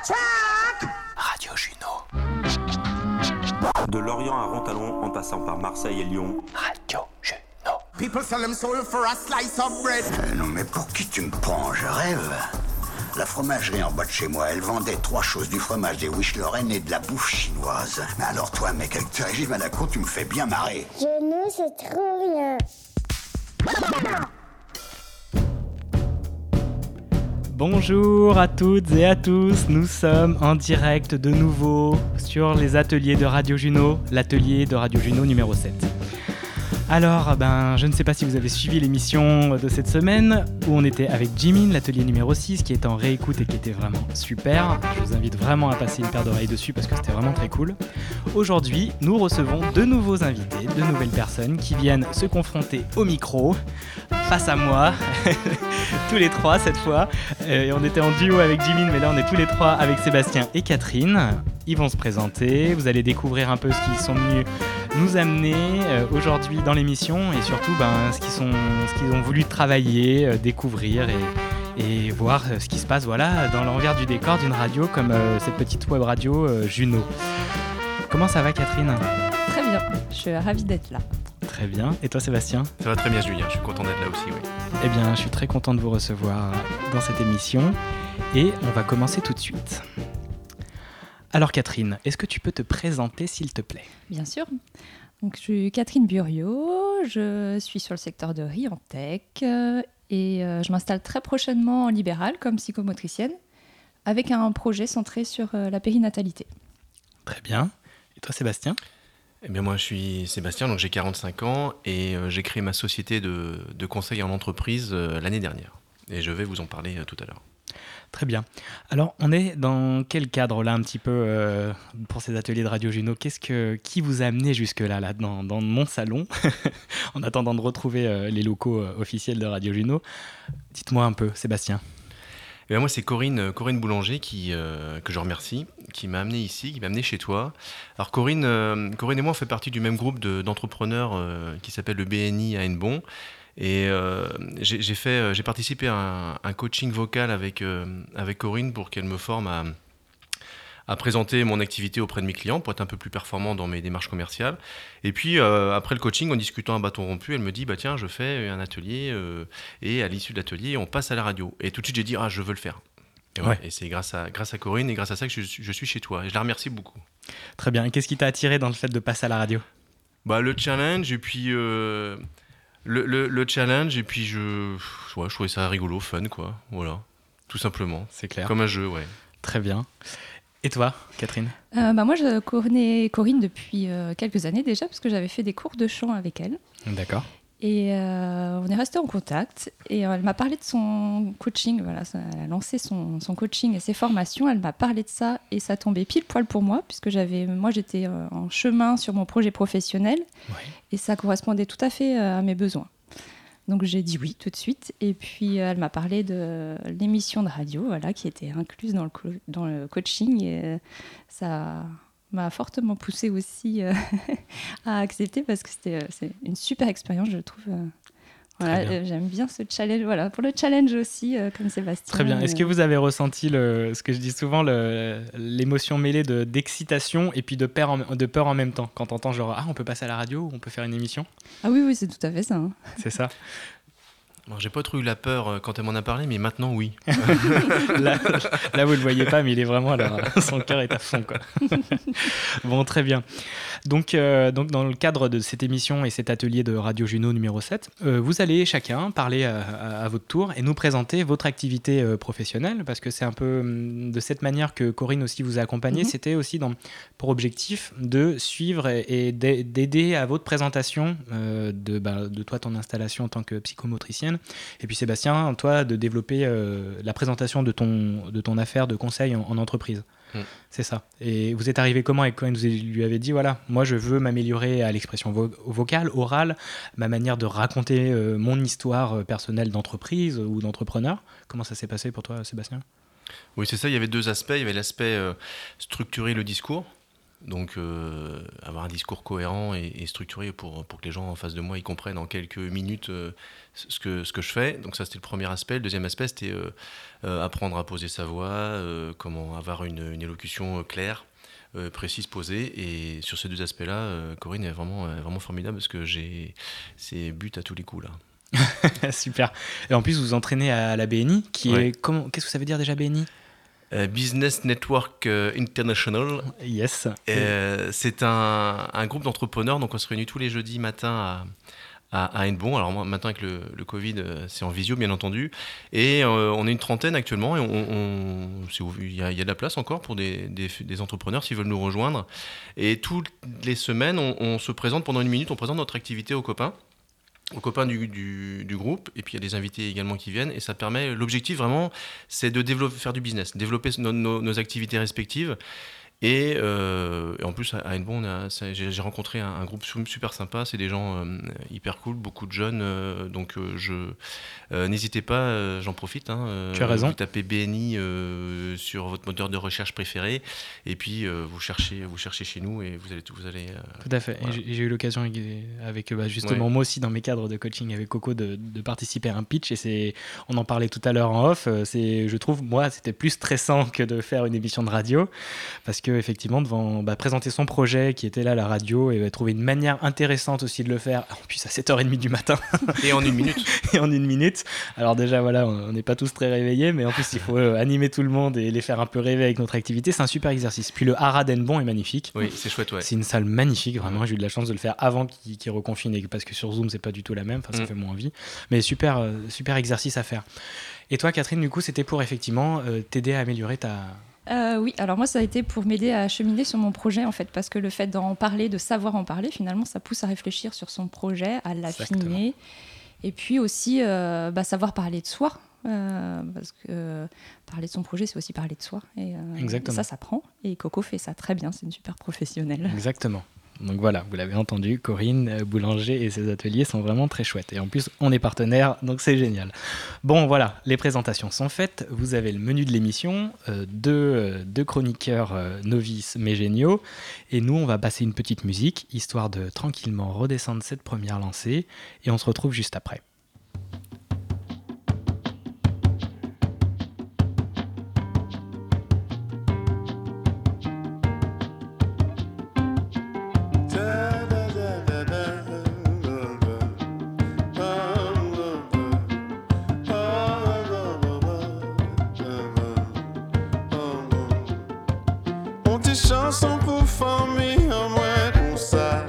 Radio Juno. De Lorient à Rontalon, en passant par Marseille et Lyon. Radio Juno. People sell them soul for a slice of bread. Non mais pour qui tu me prends? Je rêve. La fromagerie en bas de chez moi, elle vendait 3 choses, du fromage, des wish Lorraine et de la bouffe chinoise. Mais alors toi, mec, avec tes régimes à la con, tu me fais bien marrer. Juno, c'est trop bien. Bonjour à toutes et à tous, nous sommes en direct de nouveau sur les ateliers de Radio Juno, l'atelier de Radio Juno numéro 7. Alors, je ne sais pas si vous avez suivi l'émission de cette semaine où on était avec Jimin, l'atelier numéro 6, qui est en réécoute et qui était vraiment super. Je vous invite vraiment à passer une paire d'oreilles dessus parce que c'était vraiment très cool. Aujourd'hui, nous recevons de nouveaux invités, de nouvelles personnes qui viennent se confronter au micro, face à moi, tous les trois cette fois. Et on était en duo avec Jimin, mais là on est tous les trois avec Sébastien et Catherine. Ils vont se présenter, vous allez découvrir un peu ce qu'ils sont venus nous amener aujourd'hui dans l'émission et surtout ce qu'ils ont voulu travailler, découvrir et voir ce qui se passe dans l'envers du décor d'une radio comme cette petite web radio Juno. Comment ça va Catherine ? Très bien, je suis ravie d'être là. Très bien, et toi Sébastien ? Ça va très bien Julien, je suis content d'être là aussi, oui. Eh bien, je suis très content de vous recevoir dans cette émission et on va commencer tout de suite. Alors Catherine, est-ce que tu peux te présenter s'il te plaît ? Bien sûr. Donc, je suis Catherine Buriot, je suis sur le secteur de Riantec et je m'installe très prochainement en libéral comme psychomotricienne avec un projet centré sur la périnatalité. Très bien. Et toi Sébastien ? Eh bien moi je suis Sébastien, donc j'ai 45 ans et j'ai créé ma société de conseil en entreprise l'année dernière. Et je vais vous en parler tout à l'heure. Très bien. Alors, on est dans quel cadre là un petit peu pour ces ateliers de Radio Juno ? Qui vous a amené jusque-là là, dans mon salon en attendant de retrouver les locaux officiels de Radio Juno ? Dites-moi un peu, Sébastien. Eh bien moi c'est Corinne Boulanger que je remercie, qui m'a amené ici, qui m'a amené chez toi. Alors Corinne et moi on fait partie du même groupe d'entrepreneurs qui s'appelle le BNI à Hennebont. Et j'ai participé à un coaching vocal avec Corinne pour qu'elle me forme à présenter mon activité auprès de mes clients pour être un peu plus performant dans mes démarches commerciales. Et puis après le coaching, en discutant à bâton rompu, elle me dit tiens, je fais un atelier et à l'issue de l'atelier, on passe à la radio. Et tout de suite, j'ai dit je veux le faire. Et c'est grâce à Corinne et grâce à ça que je suis chez toi. Et je la remercie beaucoup. Très bien. Et qu'est-ce qui t'a attiré dans le fait de passer à la radio ? Le challenge et puis... Le challenge, et puis je trouvais ça rigolo, fun, quoi. Voilà, tout simplement. C'est clair. Comme un jeu, ouais. Très bien. Et toi, Catherine ? Moi, je connais Corinne depuis quelques années déjà, parce que j'avais fait des cours de chant avec elle. D'accord. Et on est restés en contact. Et elle m'a parlé de son coaching. Voilà, elle a lancé son coaching et ses formations. Elle m'a parlé de ça et ça tombait pile poil pour moi, puisque j'étais en chemin sur mon projet professionnel. Oui. Et ça correspondait tout à fait à mes besoins. Donc j'ai dit oui tout de suite. Et puis elle m'a parlé de l'émission de radio qui était incluse dans le coaching. Et ça m'a fortement poussée aussi à accepter parce que c'est une super expérience, je trouve. J'aime bien ce challenge. Voilà, pour le challenge aussi, comme Sébastien. Très bien. Est-ce que vous avez ressenti ce que je dis souvent, l'émotion mêlée d'excitation et puis de peur en même temps quand on entend on peut passer à la radio ou on peut faire une émission ? Ah oui, c'est tout à fait ça. C'est ça. Alors, j'ai pas trop eu la peur quand elle m'en a parlé, mais maintenant, oui. là, vous le voyez pas, mais il est vraiment là. Son cœur est à fond, quoi. Bon, très bien. Donc, dans le cadre de cette émission et cet atelier de Radio Juno numéro 7, vous allez chacun parler à votre tour et nous présenter votre activité professionnelle, parce que c'est un peu de cette manière que Corinne aussi vous a accompagné. C'était aussi pour objectif de suivre et d'aider à votre présentation de toi, ton installation en tant que psychomotricienne. Et puis Sébastien, toi, de développer la présentation de ton affaire de conseil en entreprise. C'est ça. Et vous êtes arrivé comment quand vous lui avez dit moi je veux m'améliorer à l'expression vocale, orale, ma manière de raconter mon histoire personnelle d'entreprise ou d'entrepreneur. Comment ça s'est passé pour toi, Sébastien ? Oui, c'est ça. Il y avait deux aspects. Il y avait l'aspect structurer le discours. Donc avoir un discours cohérent et structuré pour que les gens en face de moi ils comprennent en quelques minutes ce que je fais. Donc ça c'était le premier aspect. Le deuxième aspect c'était apprendre à poser sa voix, comment avoir une élocution claire, précise, posée. Et sur ces deux aspects-là, Corinne est vraiment formidable parce que c'est but à tous les coups là. Super. Et en plus vous vous entraînez à la BNI qu'est-ce que ça veut dire déjà BNI? Business Network International. Yes. C'est un groupe d'entrepreneurs, donc on se réunit tous les jeudis matins à Hennebont. Alors maintenant avec le Covid, c'est en visio bien entendu. Et on est une trentaine actuellement et il y a de la place encore pour des entrepreneurs s'ils veulent nous rejoindre. Et toutes les semaines, on se présente pendant 1 minute, on présente notre activité aux copains du groupe, et puis il y a des invités également qui viennent, et ça permet, l'objectif vraiment, c'est de faire du business, développer nos activités respectives. Et en plus à Hennebont, j'ai rencontré un groupe super sympa, c'est des gens hyper cool, beaucoup de jeunes, donc n'hésitez pas, j'en profite. Tu as raison. Vous tapez BNI sur votre moteur de recherche préféré, et puis vous cherchez chez nous, et vous allez. Tout à fait. Voilà. J'ai eu l'occasion avec justement moi aussi dans mes cadres de coaching avec Coco de participer à un pitch, et on en parlait tout à l'heure en off. Je trouve moi c'était plus stressant que de faire une émission de radio, parce que effectivement devant présenter son projet qui était là à la radio, et trouver une manière intéressante aussi de le faire, en plus à 7h30 du matin et en 1 minute. Et en 1 minute. Alors déjà voilà, on n'est pas tous très réveillés, mais en plus il faut animer tout le monde et les faire un peu rêver avec notre activité. C'est un super exercice. Puis le Hara d'Hennebont est magnifique. Oui, c'est chouette, ouais. C'est une salle magnifique, vraiment. J'ai eu de la chance de le faire avant qu'il reconfine, parce que sur Zoom c'est pas du tout la même, ça fait moins envie, mais super exercice à faire. Et toi Catherine, du coup c'était pour effectivement t'aider à améliorer ta... Oui, alors moi ça a été pour m'aider à cheminer sur mon projet en fait, parce que le fait d'en parler, de savoir en parler, finalement ça pousse à réfléchir sur son projet, à l'affiner. Et puis aussi savoir parler de soi, parce que parler de son projet c'est aussi parler de soi, et ça s'apprend, et Coco fait ça très bien, c'est une super professionnelle. Exactement. Donc voilà, vous l'avez entendu, Corinne Boulanger et ses ateliers sont vraiment très chouettes. Et en plus, on est partenaires, donc c'est génial. Bon, voilà, les présentations sont faites. Vous avez le menu de l'émission, deux chroniqueurs novices mais géniaux. Et nous, on va passer une petite musique, histoire de tranquillement redescendre cette première lancée. Et on se retrouve juste après. Chanson pour famille, en moins qu'on ça.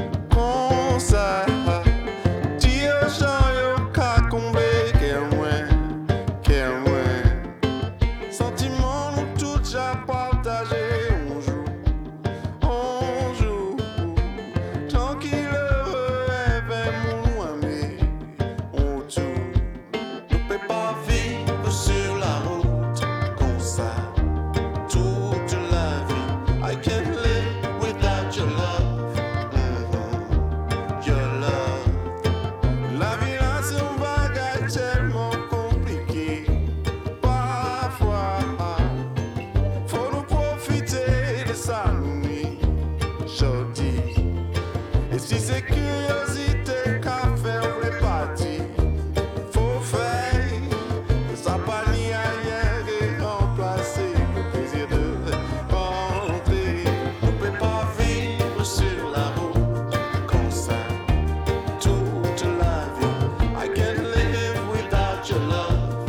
Dis aux gens, yo, qu'à combler, qu'est moins. Sentiments, nous tout déjà partagé. On joue. Tranquille, heureux, avec mon ami. On joue. Nous peut pas vivre sur la route, comme ça. I can't live without your love, your love. La vie là c'est un bagage tellement compliqué. Parfois, faut nous profiter de sa nuit, jodi. Et si c'est curiosité qu'a fait les parties, faut faire ça pas ni ailleurs et remplacer le plaisir de sur la route, comme ça, toute la vie. I can't live without your love,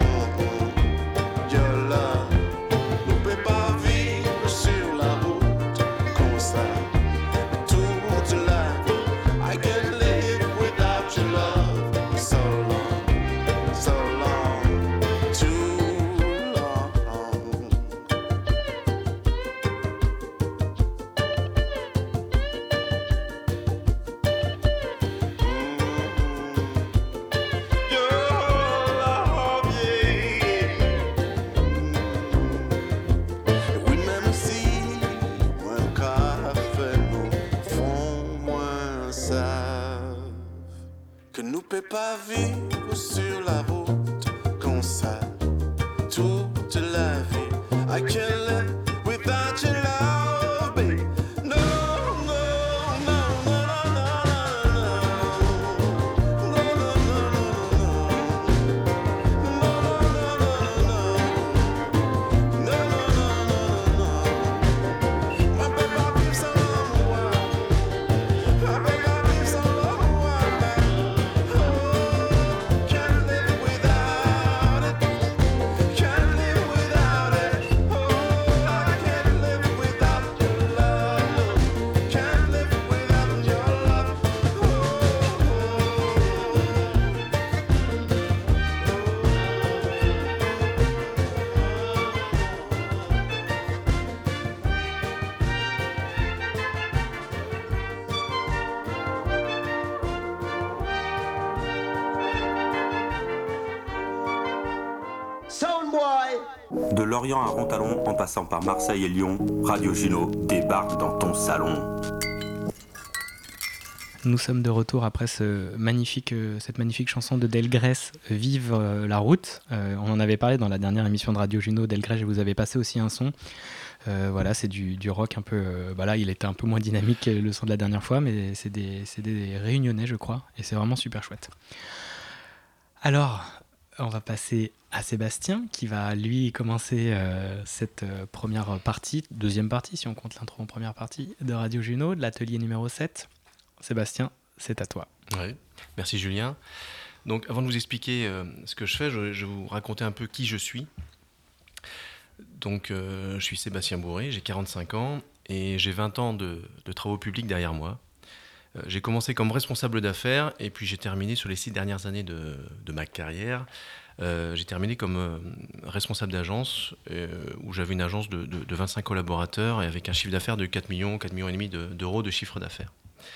your love. Nous peut pas vivre sur la route, comme ça, toute la vie. I can't live without your love, so long, too long. Que nous peut pas vivre sur la route comme ça toute la vie. I can't live without your love, baby. De Lorient à Rontalon, en passant par Marseille et Lyon, Radio Juno débarque dans ton salon. Nous sommes de retour après cette magnifique chanson de Delgrès, Vive la route. On en avait parlé dans la dernière émission de Radio Juno. Delgrès, je vous avais passé aussi un son. Voilà, c'est du rock un peu... là, il était un peu moins dynamique que le son de la dernière fois, mais c'est des Réunionnais, je crois. Et c'est vraiment super chouette. Alors, on va passer à Sébastien, qui va, lui, commencer cette première partie, deuxième partie, si on compte l'intro en première partie, de Radio Juno, de l'atelier numéro 7. Sébastien, c'est à toi. Ouais. Merci Julien. Donc avant de vous expliquer ce que je fais, je vais vous raconter un peu qui je suis. Donc je suis Sébastien Bourré, j'ai 45 ans et j'ai 20 ans de travaux publics derrière moi. J'ai commencé comme responsable d'affaires et puis j'ai terminé sur les 6 dernières années de ma carrière. J'ai terminé comme responsable d'agence où j'avais une agence de 25 collaborateurs et avec un chiffre d'affaires de 4 millions et demi d'euros de chiffre d'affaires.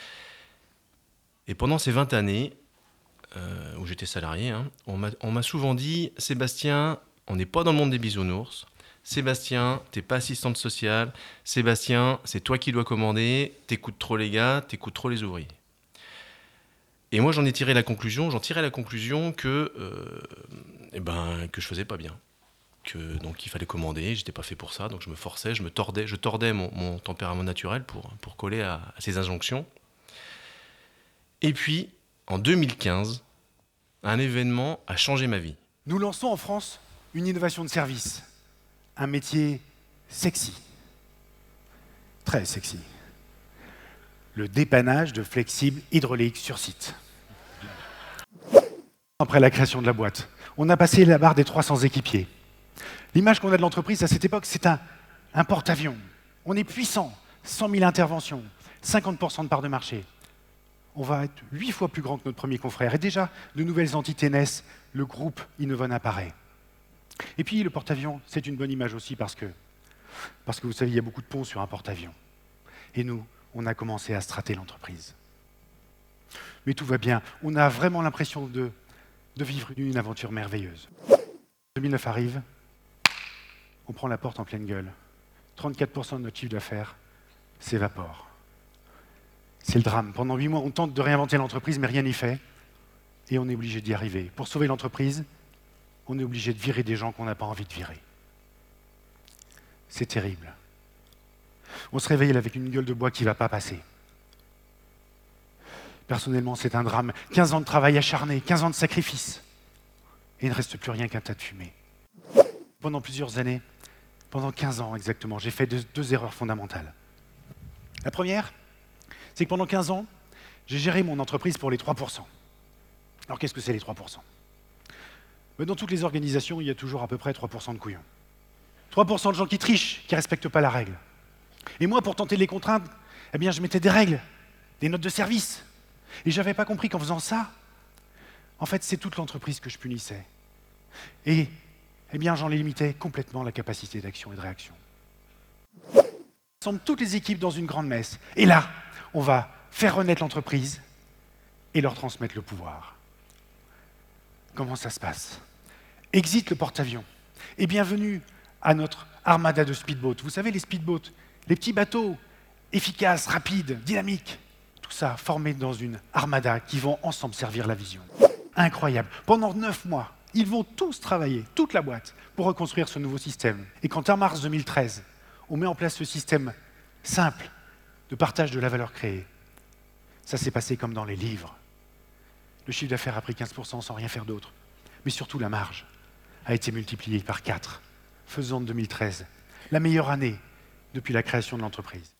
Et pendant ces 20 années, où j'étais salarié, on m'a souvent dit « Sébastien, on n'est pas dans le monde des bisounours. Sébastien, t'es pas assistante sociale. Sébastien, c'est toi qui dois commander. T'écoutes trop les gars, t'écoutes trop les ouvriers. » Et moi, j'en tirais la conclusion que je faisais pas bien. Donc il fallait commander, j'étais pas fait pour ça, donc je me forçais, je tordais mon tempérament naturel pour coller à ces injonctions. Et puis, en 2015, un événement a changé ma vie. Nous lançons en France une innovation de service, un métier sexy, très sexy. Le dépannage de flexibles hydrauliques sur site. Après la création de la boîte, on a passé la barre des 300 équipiers. L'image qu'on a de l'entreprise à cette époque, c'est un porte-avions. On est puissant, 100 000 interventions, 50% de part de marché. On va être 8 fois plus grand que notre premier confrère. Et déjà, de nouvelles entités naissent, le groupe Innovon apparaît. Et puis, le porte-avions, c'est une bonne image aussi parce que vous savez, il y a beaucoup de ponts sur un porte-avions. Et nous, on a commencé à strater l'entreprise. Mais tout va bien. On a vraiment l'impression de vivre une aventure merveilleuse. 2009 arrive, on prend la porte en pleine gueule. 34% de notre chiffre d'affaires s'évapore. C'est le drame. Pendant 8 mois, on tente de réinventer l'entreprise, mais rien n'y fait. Et on est obligé d'y arriver. Pour sauver l'entreprise, on est obligé de virer des gens qu'on n'a pas envie de virer. C'est terrible. On se réveille avec une gueule de bois qui ne va pas passer. Personnellement, c'est un drame. 15 ans de travail acharné, 15 ans de sacrifice. Et il ne reste plus rien qu'un tas de fumée. Pendant plusieurs années, pendant 15 ans exactement, j'ai fait deux erreurs fondamentales. La première, c'est que pendant 15 ans, j'ai géré mon entreprise pour les 3%. Alors qu'est-ce que c'est les 3% ? Dans toutes les organisations, il y a toujours à peu près 3% de couillons. 3% de gens qui trichent, qui ne respectent pas la règle. Et moi, pour tenter de les contraindre, je mettais des règles, des notes de service. Et je n'avais pas compris qu'en faisant ça, en fait, c'est toute l'entreprise que je punissais. Et j'en limitais complètement la capacité d'action et de réaction. On rassemble toutes les équipes dans une grande messe. Et là, on va faire renaître l'entreprise et leur transmettre le pouvoir. Comment ça se passe ? Exit le porte-avions et bienvenue à notre armada de speedboats. Vous savez, les speedboats, les petits bateaux efficaces, rapides, dynamiques, tout ça formé dans une armada qui vont ensemble servir la vision. Incroyable. Pendant 9 mois, ils vont tous travailler, toute la boîte, pour reconstruire ce nouveau système. Et quand en mars 2013, on met en place ce système simple de partage de la valeur créée, ça s'est passé comme dans les livres. Le chiffre d'affaires a pris 15% sans rien faire d'autre. Mais surtout, la marge a été multipliée par 4, faisant de 2013 la meilleure année depuis la création de l'entreprise.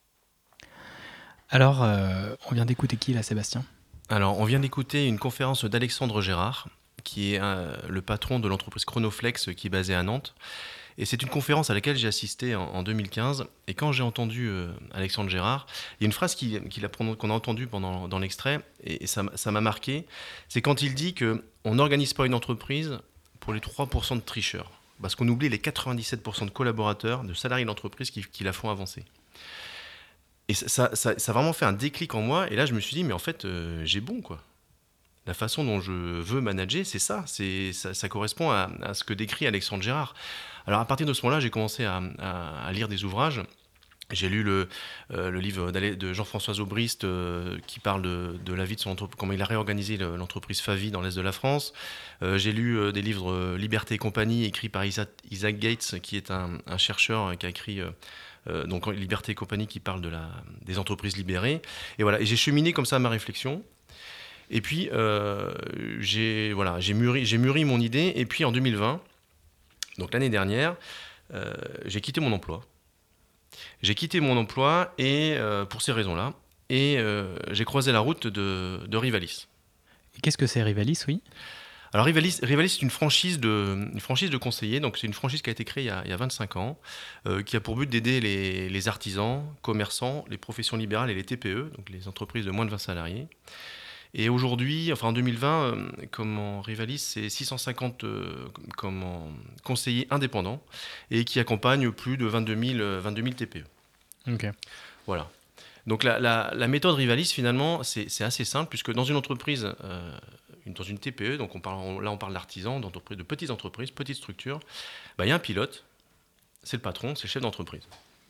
Alors, on vient d'écouter qui là, Sébastien ? Alors, on vient d'écouter une conférence d'Alexandre Gérard, qui est le patron de l'entreprise Chronoflex qui est basée à Nantes. Et c'est une conférence à laquelle j'ai assisté en 2015. Et quand j'ai entendu Alexandre Gérard, il y a une phrase qu'on a entendue dans l'extrait, et ça m'a marqué. C'est quand il dit qu'on n'organise pas une entreprise pour les 3% de tricheurs. Parce qu'on oublie les 97% de collaborateurs, de salariés de l'entreprise qui la font avancer. Et ça a vraiment fait un déclic en moi. Et là, je me suis dit, mais en fait, j'ai bon, quoi. La façon dont je veux manager, c'est ça. Ça correspond à ce que décrit Alexandre Gérard. Alors à partir de ce moment-là, j'ai commencé à lire des ouvrages. J'ai lu le livre de Jean-François Zobrist qui parle de la vie de son entreprise, comment il a réorganisé l'entreprise Favi dans l'Est de la France. J'ai lu des livres Liberté et compagnie écrits par Isaac Gates, qui est un chercheur qui a écrit donc Liberté et compagnie, qui parle des entreprises libérées. Et voilà, et j'ai cheminé comme ça ma réflexion. Et puis j'ai mûri mon idée. Et puis en 2020, donc l'année dernière, j'ai quitté mon emploi. J'ai quitté mon emploi et, pour ces raisons-là, et j'ai croisé la route de Rivalis. Et qu'est-ce que c'est Rivalis, oui ? Alors Rivalis, c'est une franchise de conseillers, donc c'est une franchise qui a été créée il y a 25 ans, qui a pour but d'aider les artisans, commerçants, les professions libérales et les TPE, donc les entreprises de moins de 20 salariés. Et aujourd'hui, enfin en 2020, Rivalis, c'est 650 conseillers indépendants et qui accompagnent plus de 22 000 TPE. Ok. Voilà. Donc la méthode Rivalis, finalement, c'est assez simple, puisque dans une entreprise, dans une TPE, donc on parle d'artisans, de petites entreprises, petites structures, il y a un pilote, c'est le patron, c'est le chef d'entreprise.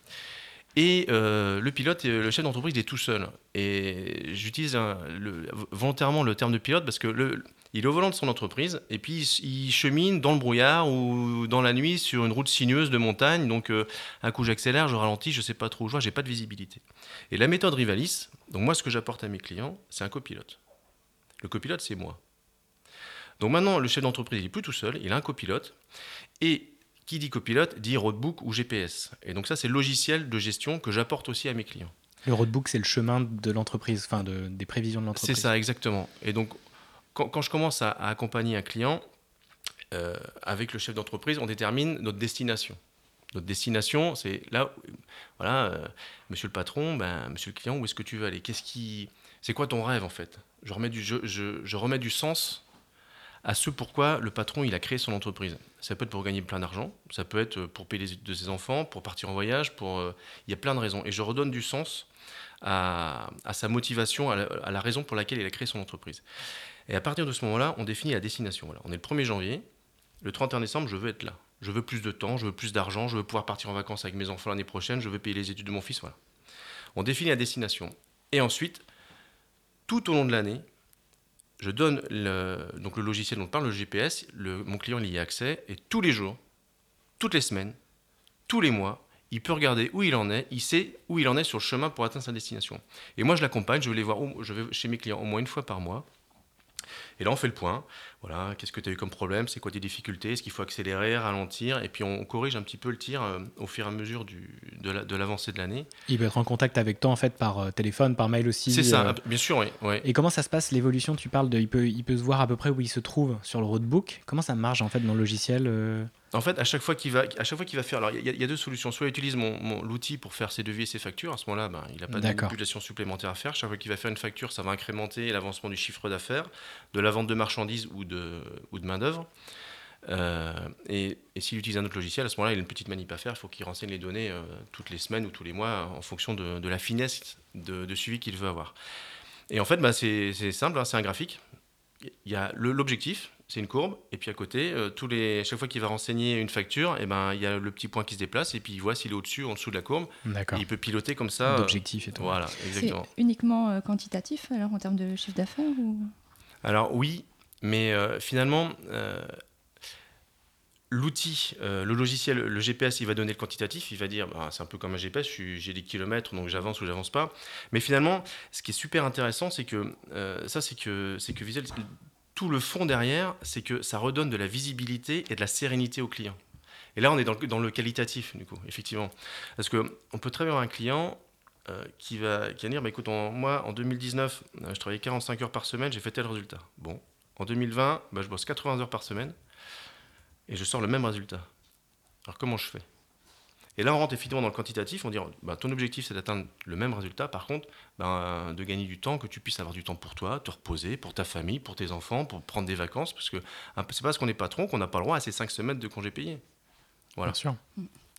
Et le pilote, le chef d'entreprise, il est tout seul. Et j'utilise volontairement le terme de pilote parce que il est au volant de son entreprise et puis il chemine dans le brouillard ou dans la nuit sur une route sinueuse de montagne. Donc un coup j'accélère, je ralentis, je ne sais pas trop où je vais, j'ai pas de visibilité. Et la méthode Rivalis, donc moi ce que j'apporte à mes clients, c'est un copilote. Le copilote, c'est moi. Donc maintenant, le chef d'entreprise, il n'est plus tout seul, il a un copilote. Et qui dit copilote dit roadbook ou GPS. Et donc ça, c'est le logiciel de gestion que j'apporte aussi à mes clients. Le roadbook, c'est le chemin de l'entreprise, enfin des prévisions de l'entreprise. C'est ça, exactement. Et donc, quand je commence à accompagner un client, avec le chef d'entreprise, on détermine notre destination. Notre destination, c'est là, voilà, monsieur le patron, monsieur le client, où est-ce que tu veux aller ? C'est quoi ton rêve, en fait ? Je remets du sens à ce pourquoi le patron il a créé son entreprise. Ça peut être pour gagner plein d'argent, ça peut être pour payer les études de ses enfants, pour partir en voyage, il y a plein de raisons. Et je redonne du sens à sa motivation, à la raison pour laquelle il a créé son entreprise. Et à partir de ce moment-là, on définit la destination. Voilà. On est le 1er janvier, le 31 décembre, je veux être là. Je veux plus de temps, je veux plus d'argent, je veux pouvoir partir en vacances avec mes enfants l'année prochaine, je veux payer les études de mon fils. Voilà. On définit la destination. Et ensuite, tout au long de l'année, je donne le logiciel dont on parle, le GPS, mon client il y a accès, et tous les jours, toutes les semaines, tous les mois, il peut regarder où il en est, il sait où il en est sur le chemin pour atteindre sa destination. Et moi je l'accompagne, je vais chez mes clients au moins une fois par mois, et là on fait le point, voilà, qu'est-ce que tu as eu comme problème, c'est quoi tes difficultés, est-ce qu'il faut accélérer, ralentir, et puis on corrige un petit peu le tir au fur et à mesure de l'avancée de l'année. Il peut être en contact avec toi en fait par téléphone, par mail aussi. C'est ça, bien sûr, oui. Ouais. Et comment ça se passe l'évolution ? Tu parles il peut se voir à peu près où il se trouve sur le roadbook. Comment ça marche en fait dans le logiciel En fait, à chaque fois qu'il va faire, alors il y a deux solutions. Soit il utilise l'outil pour faire ses devis et ses factures. À ce moment-là, il n'a pas de manipulation supplémentaire à faire. Chaque fois qu'il va faire une facture, ça va incrémenter l'avancement du chiffre d'affaires, de la vente de marchandises ou de main-d'œuvre. Et s'il utilise un autre logiciel, à ce moment-là, il a une petite manip à faire. Il faut qu'il renseigne les données toutes les semaines ou tous les mois en fonction de la finesse de suivi qu'il veut avoir. Et en fait, c'est simple, c'est un graphique. Il y a l'objectif, c'est une courbe, et puis à côté, chaque fois qu'il va renseigner une facture, il y a le petit point qui se déplace, et puis il voit s'il est au-dessus ou en dessous de la courbe. D'accord. Et il peut piloter comme ça. D'objectif et tout. Voilà, exactement. C'est uniquement quantitatif alors en termes de chiffre d'affaires ou... Alors oui, mais finalement, l'outil, le logiciel, le GPS, il va donner le quantitatif, il va dire, c'est un peu comme un GPS, j'ai des kilomètres, donc j'avance ou j'avance pas. Mais finalement, ce qui est super intéressant, c'est que Visuel, tout le fond derrière, c'est que ça redonne de la visibilité et de la sérénité au client. Et là, on est dans le qualitatif, du coup, effectivement. Parce qu'on peut très bien avoir un client qui va dire, écoute, moi, en 2019, je travaillais 45 heures par semaine, j'ai fait tel résultat. Bon, en 2020, je bosse 80 heures par semaine et je sors le même résultat. Alors, comment je fais ? Et là, on rentre effectivement dans le quantitatif, on dit, ton objectif, c'est d'atteindre le même résultat, par contre, de gagner du temps, que tu puisses avoir du temps pour toi, te reposer, pour ta famille, pour tes enfants, pour prendre des vacances, parce que c'est parce qu'on est patron qu'on n'a pas le droit à ces 5 semaines de congés payés. Voilà. Bien sûr.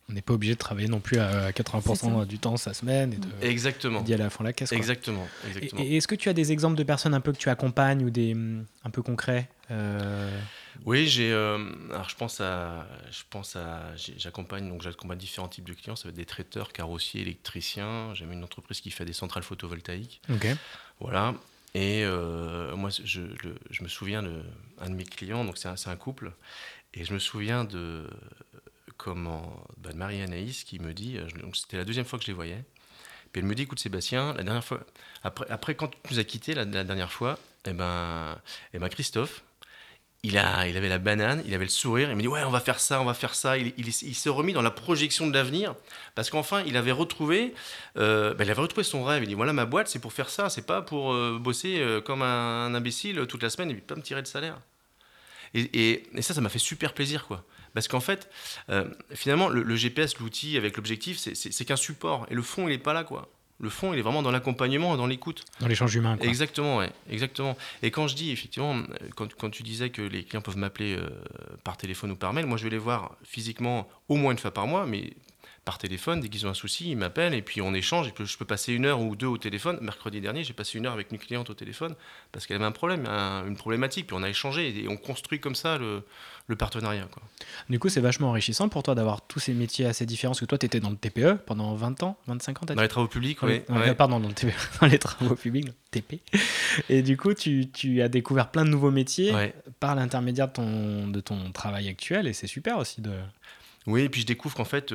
On n'est pas obligé de travailler non plus à 80% du temps sa semaine et Exactement. d'y aller à fond la caisse. Quoi. Exactement. Et est-ce que tu as des exemples de personnes un peu que tu accompagnes ou des un peu concrets Oui, alors j'accompagne différents types de clients. Ça va être des traiteurs, carrossiers, électriciens. J'ai une entreprise qui fait des centrales photovoltaïques. Ok. Voilà. Et moi, je me souviens d'un de mes clients. Donc c'est un couple. Et je me souviens de Marie-Anaïs qui me dit, donc c'était la deuxième fois que je les voyais. Puis elle me dit, écoute Sébastien, la dernière fois, après quand tu nous as quittés la dernière fois, Christophe, il avait la banane, il avait le sourire, il me dit ouais, on va faire ça. Il s'est remis dans la projection de l'avenir parce qu'enfin il avait retrouvé son rêve. Il dit voilà, ma boîte c'est pour faire ça, c'est pas pour bosser comme un imbécile toute la semaine et puis pas me tirer de salaire. Et ça m'a fait super plaisir quoi. Parce qu'en fait, finalement, le GPS, l'outil avec l'objectif, c'est qu'un support. Et le fond, il n'est pas là, quoi. Le fond, il est vraiment dans l'accompagnement, dans l'écoute. Dans l'échange humain, quoi. Exactement, ouais. Exactement. Et quand je dis, effectivement, quand tu disais que les clients peuvent m'appeler par téléphone ou par mail, moi, je vais les voir physiquement au moins une fois par mois, mais par téléphone, dès qu'ils ont un souci, ils m'appellent et puis on échange. Et puis je peux passer 1 heure ou 2 au téléphone. Mercredi dernier, j'ai passé 1 heure avec une cliente au téléphone parce qu'elle avait un problème, une problématique. Puis on a échangé et on construit comme ça le partenariat, quoi. Du coup, c'est vachement enrichissant pour toi d'avoir tous ces métiers assez différents. Parce que toi, tu étais dans le TPE pendant 20 ans, 25 ans, t'as dit ? Dans les travaux publics, oui. Pardon, dans le TPE, dans les travaux publics, TP. Et du coup, tu as découvert plein de nouveaux métiers par l'intermédiaire de ton travail actuel. Et c'est super aussi de... Oui, et puis je découvre qu'en fait,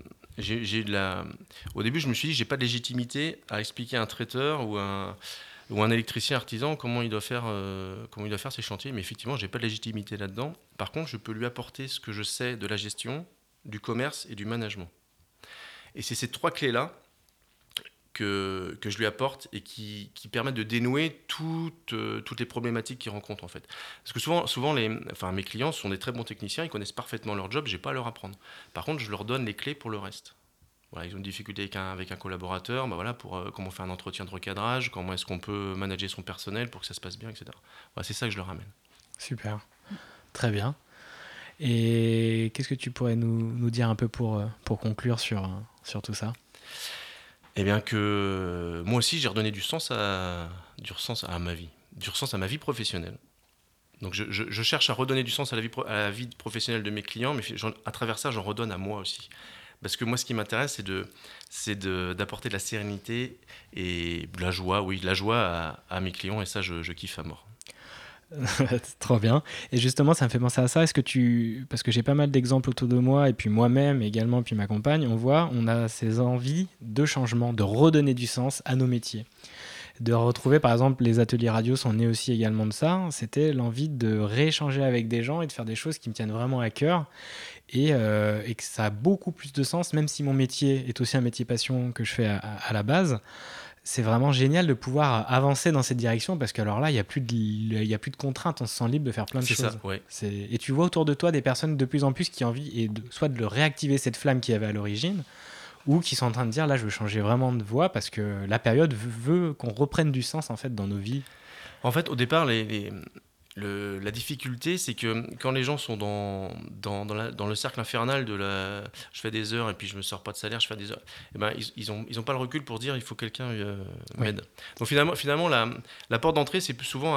au début, je me suis dit, j'ai pas de légitimité à expliquer à un traiteur ou un électricien artisan comment il doit faire ses chantiers. Mais effectivement, j'ai pas de légitimité là-dedans. Par contre, je peux lui apporter ce que je sais de la gestion, du commerce et du management. Et c'est ces 3 clés-là que je lui apporte et qui permettent de dénouer toutes les problématiques qu'il rencontre en fait. Parce que souvent mes clients sont des très bons techniciens, ils connaissent parfaitement leur job, j'ai pas à leur apprendre. Par contre, je leur donne les clés pour le reste. Voilà, ils ont une difficulté avec un collaborateur, pour comment faire un entretien de recadrage, comment est-ce qu'on peut manager son personnel pour que ça se passe bien, etc. Voilà, c'est ça que je leur ramène. Super, très bien. Et qu'est-ce que tu pourrais nous dire un peu pour conclure sur tout ça ? Eh bien que moi aussi j'ai redonné du sens à ma vie, du sens à ma vie professionnelle. Donc je cherche à redonner du sens à la vie professionnelle de mes clients, mais à travers ça j'en redonne à moi aussi. Parce que moi ce qui m'intéresse c'est d'apporter de la sérénité et de la joie à mes clients, et ça je kiffe à mort. C'est trop bien. Et justement, ça me fait penser à ça. Parce que j'ai pas mal d'exemples autour de moi, et puis moi-même également, puis ma compagne, on a ces envies de changement, de redonner du sens à nos métiers. De retrouver, par exemple, les ateliers radio sont nés aussi également de ça. C'était l'envie de rééchanger avec des gens et de faire des choses qui me tiennent vraiment à cœur. Et que ça a beaucoup plus de sens, même si mon métier est aussi un métier passion que je fais à la base. C'est vraiment génial de pouvoir avancer dans cette direction, parce qu'alors là, il n'y a plus de contraintes, on se sent libre de faire plein de choses. C'est ça, ouais. Et tu vois autour de toi des personnes de plus en plus qui ont envie soit de réactiver cette flamme qu'il y avait à l'origine, ou qui sont en train de dire là, je veux changer vraiment de voie, parce que la période veut qu'on reprenne du sens en fait dans nos vies. En fait, au départ, la difficulté, c'est que quand les gens sont dans le cercle infernal je fais des heures et puis je me sors pas de salaire, je fais des heures, et ben ils ont pas le recul pour dire il faut que quelqu'un m'aide. Donc finalement la porte d'entrée, c'est souvent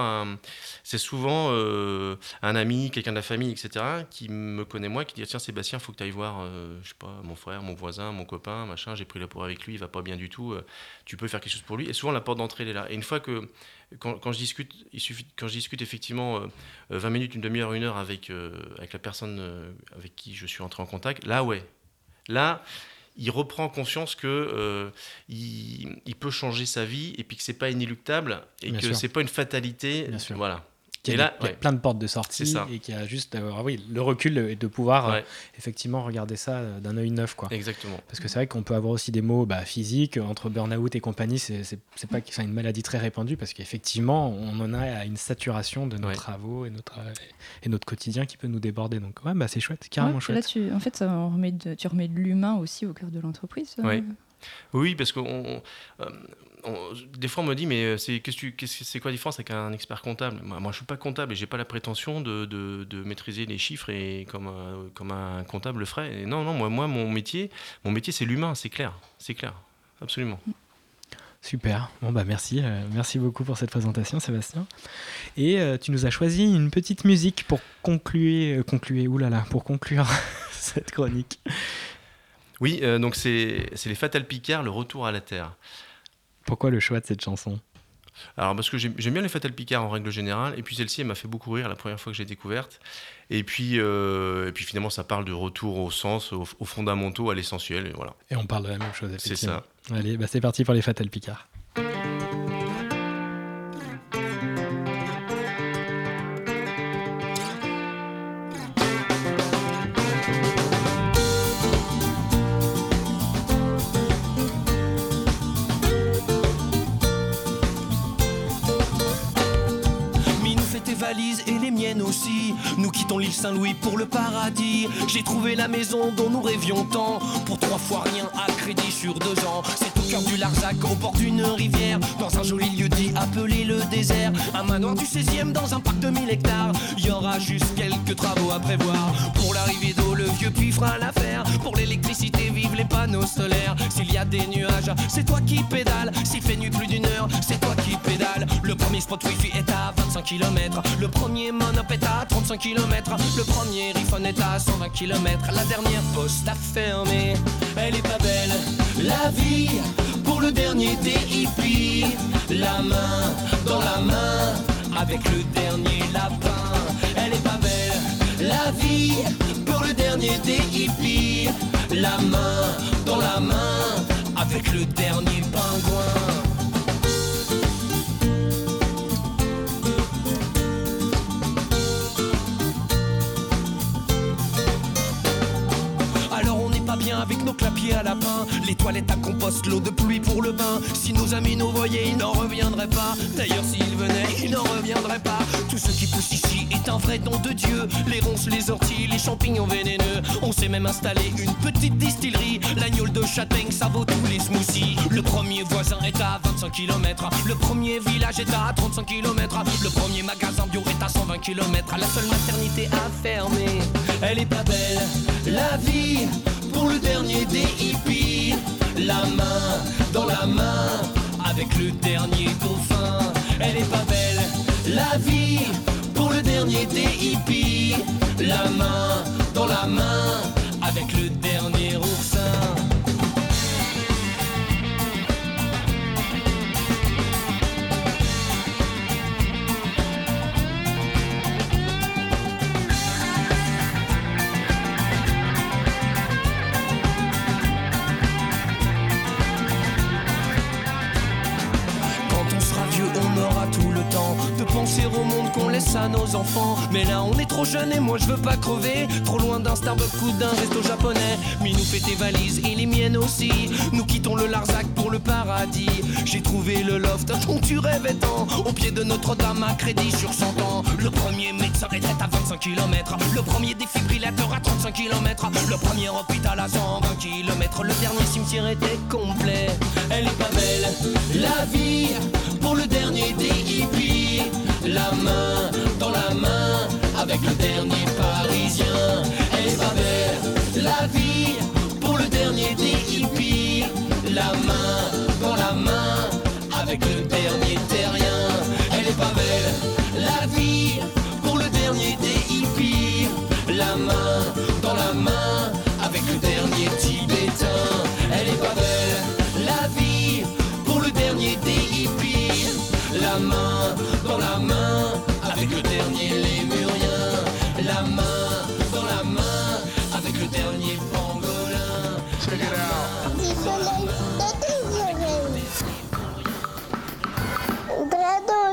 un ami, quelqu'un de la famille, etc., qui me connaît moi, qui dit tiens Sébastien, faut que tu ailles voir je sais pas, mon frère, mon voisin, mon copain, machin, j'ai pris la poire avec lui, il va pas bien du tout, tu peux faire quelque chose pour lui. Et souvent la porte d'entrée elle est là. Et une fois que quand je discute effectivement 20 minutes, une demi-heure, 1 heure avec la personne avec qui je suis entré en contact, là, il reprend conscience que il peut changer sa vie, et puis que c'est pas inéluctable, et bien que sûr. C'est pas une fatalité. Bien sûr. Voilà. Il y a plein de portes de sortie, et qu'il y a juste le recul et de pouvoir effectivement regarder ça d'un œil neuf, quoi. Exactement. Parce que c'est vrai qu'on peut avoir aussi des mots physiques, entre burn-out et compagnie, c'est pas une maladie très répandue, parce qu'effectivement on en a à une saturation de nos travaux et notre quotidien qui peut nous déborder. Donc c'est chouette, carrément chouette. Là tu remets de l'humain aussi au cœur de l'entreprise. Oui, parce que des fois on me dit mais c'est quoi la différence avec un expert comptable? Moi je suis pas comptable et j'ai pas la prétention de maîtriser les chiffres et comme un comptable le ferait. Et non, moi mon métier c'est l'humain, c'est clair, absolument. Super, bon bah merci beaucoup pour cette présentation Sébastien. Et tu nous as choisi une petite musique pour conclure cette chronique. Oui, donc c'est les Fatal Picard, le retour à la Terre. Pourquoi le choix de cette chanson ? Alors parce que j'aime bien les Fatal Picard en règle générale, et puis celle-ci elle m'a fait beaucoup rire la première fois que j'ai découverte. Et puis finalement ça parle de retour au sens, aux fondamentaux, à l'essentiel, et voilà. Et on parle de la même chose effectivement. C'est ça. Allez, c'est parti pour les Fatal Picard. Et les miennes aussi. Nous quittons l'île Saint-Louis pour le paradis. J'ai trouvé la maison dont nous rêvions tant. Pour 3 fois rien à crédit sur 2 ans. C'est au cœur du Larzac, au bord d'une rivière. Dans un joli lieu dit appelé le désert. Un manoir du 16e dans un parc de 1000 hectares. Y aura juste quelques travaux à prévoir. Pour l'arrivée d'eau, le vieux puits fera l'affaire. Pour l'électricité, vive les panneaux solaires. S'il y a des nuages, c'est toi qui pédales. S'il fait nuit plus d'1 heure, c'est toi qui pédales. Le premier spot wifi est à 25 km. Le premier monop est à 35 km. Le premier iPhone est à 120 km. La dernière poste a fermé. Elle est pas belle, la vie. Pour le dernier des hippies. La main dans la main avec le dernier lapin. Elle est pas belle, la vie. Pour le dernier des hippies. La main dans la main avec le dernier pingouin. Bien avec nos clapiers à lapin, les toilettes à compost, l'eau de pluie pour le bain. Si nos amis nous voyaient, ils n'en reviendraient pas. D'ailleurs s'ils venaient, ils n'en reviendraient pas. Tout ce qui pousse ici est un vrai don de Dieu. Les ronces, les orties, les champignons vénéneux. On s'est même installé une petite distillerie. L'agneau de châtaigne, ça vaut tous les smoothies. Le premier voisin est à 25 km. Le premier village est à 35 km. Le premier magasin bio est à 120 km. La seule maternité a fermé. Elle est pas belle, la vie. Pour le dernier des hippies, la main dans la main avec le dernier dauphin. Elle est pas belle, la vie. Pour le dernier des hippies, la main dans la main avec le dernier oursin. De penser au monde qu'on laisse à nos enfants. Mais là on est trop jeune et moi je veux pas crever. Trop loin d'un Starbucks ou d'un resto japonais. Minou fait tes valises et les miennes aussi. Nous quittons le Larzac pour le paradis. J'ai trouvé le loft dont tu rêvais tant. Au pied de Notre-Dame à crédit sur 100 ans. Le premier médecin était à 25 km. Le premier défibrillateur à 35 km. Le premier hôpital à 120 km. Le dernier cimetière était complet. Elle est pas belle, la vie. Pour le dernier des hippies, la main dans la main avec le dernier parisien. Elle est pas belle, la vie. Pour le dernier des hippies, la main dans la main avec le dernier terrien. Elle est pas belle, la vie. Pour le dernier des hippies, la main dans la main avec le dernier tibétain. Elle est pas belle, la vie. Pour le dernier des hippies, la main dans la main avec le dernier lémurien. La main dans la main avec le dernier pangolin. Check it out.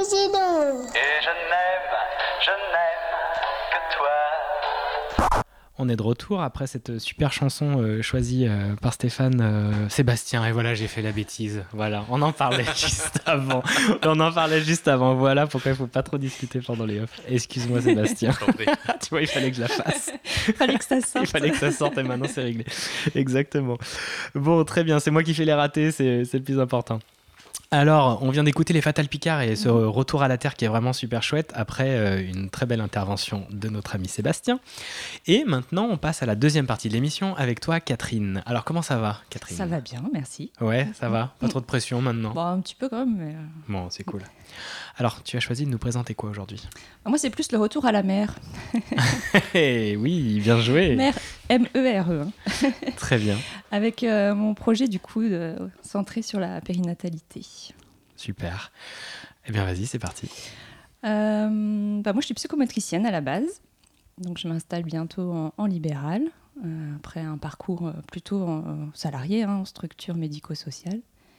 Et je n'aime que toi. On est de retour après cette super chanson choisie par Stéphane Sébastien. Et voilà, j'ai fait la bêtise. Voilà, on en parlait juste avant. Voilà pourquoi il ne faut pas trop discuter pendant les off. Excuse-moi Sébastien. Tu vois, il fallait que je la fasse. Il fallait que ça sorte. Et maintenant c'est réglé. Exactement. Bon, très bien. C'est moi qui fais les ratés. C'est le plus important. Alors, on vient d'écouter les Fatal Picard et ce retour à la Terre qui est vraiment super chouette après une très belle intervention de notre ami Sébastien. Et maintenant, on passe à la deuxième partie de l'émission avec toi, Catherine. Alors, comment ça va, Catherine ? Ça va bien, merci. Ouais, ça va. Pas trop de pression maintenant. Bon, un petit peu quand même, mais... Bon, c'est cool. Alors, tu as choisi de nous présenter quoi aujourd'hui ? Moi, c'est plus le retour à la mer. Oui, bien joué. Mer, M-E-R-E. Très bien. Avec mon projet, du coup, centré sur la périnatalité. Super. Eh bien, vas-y, c'est parti. Moi, je suis psychomotricienne à la base. Donc, je m'installe bientôt en libéral, après un parcours plutôt salarié, en structure médico-sociale.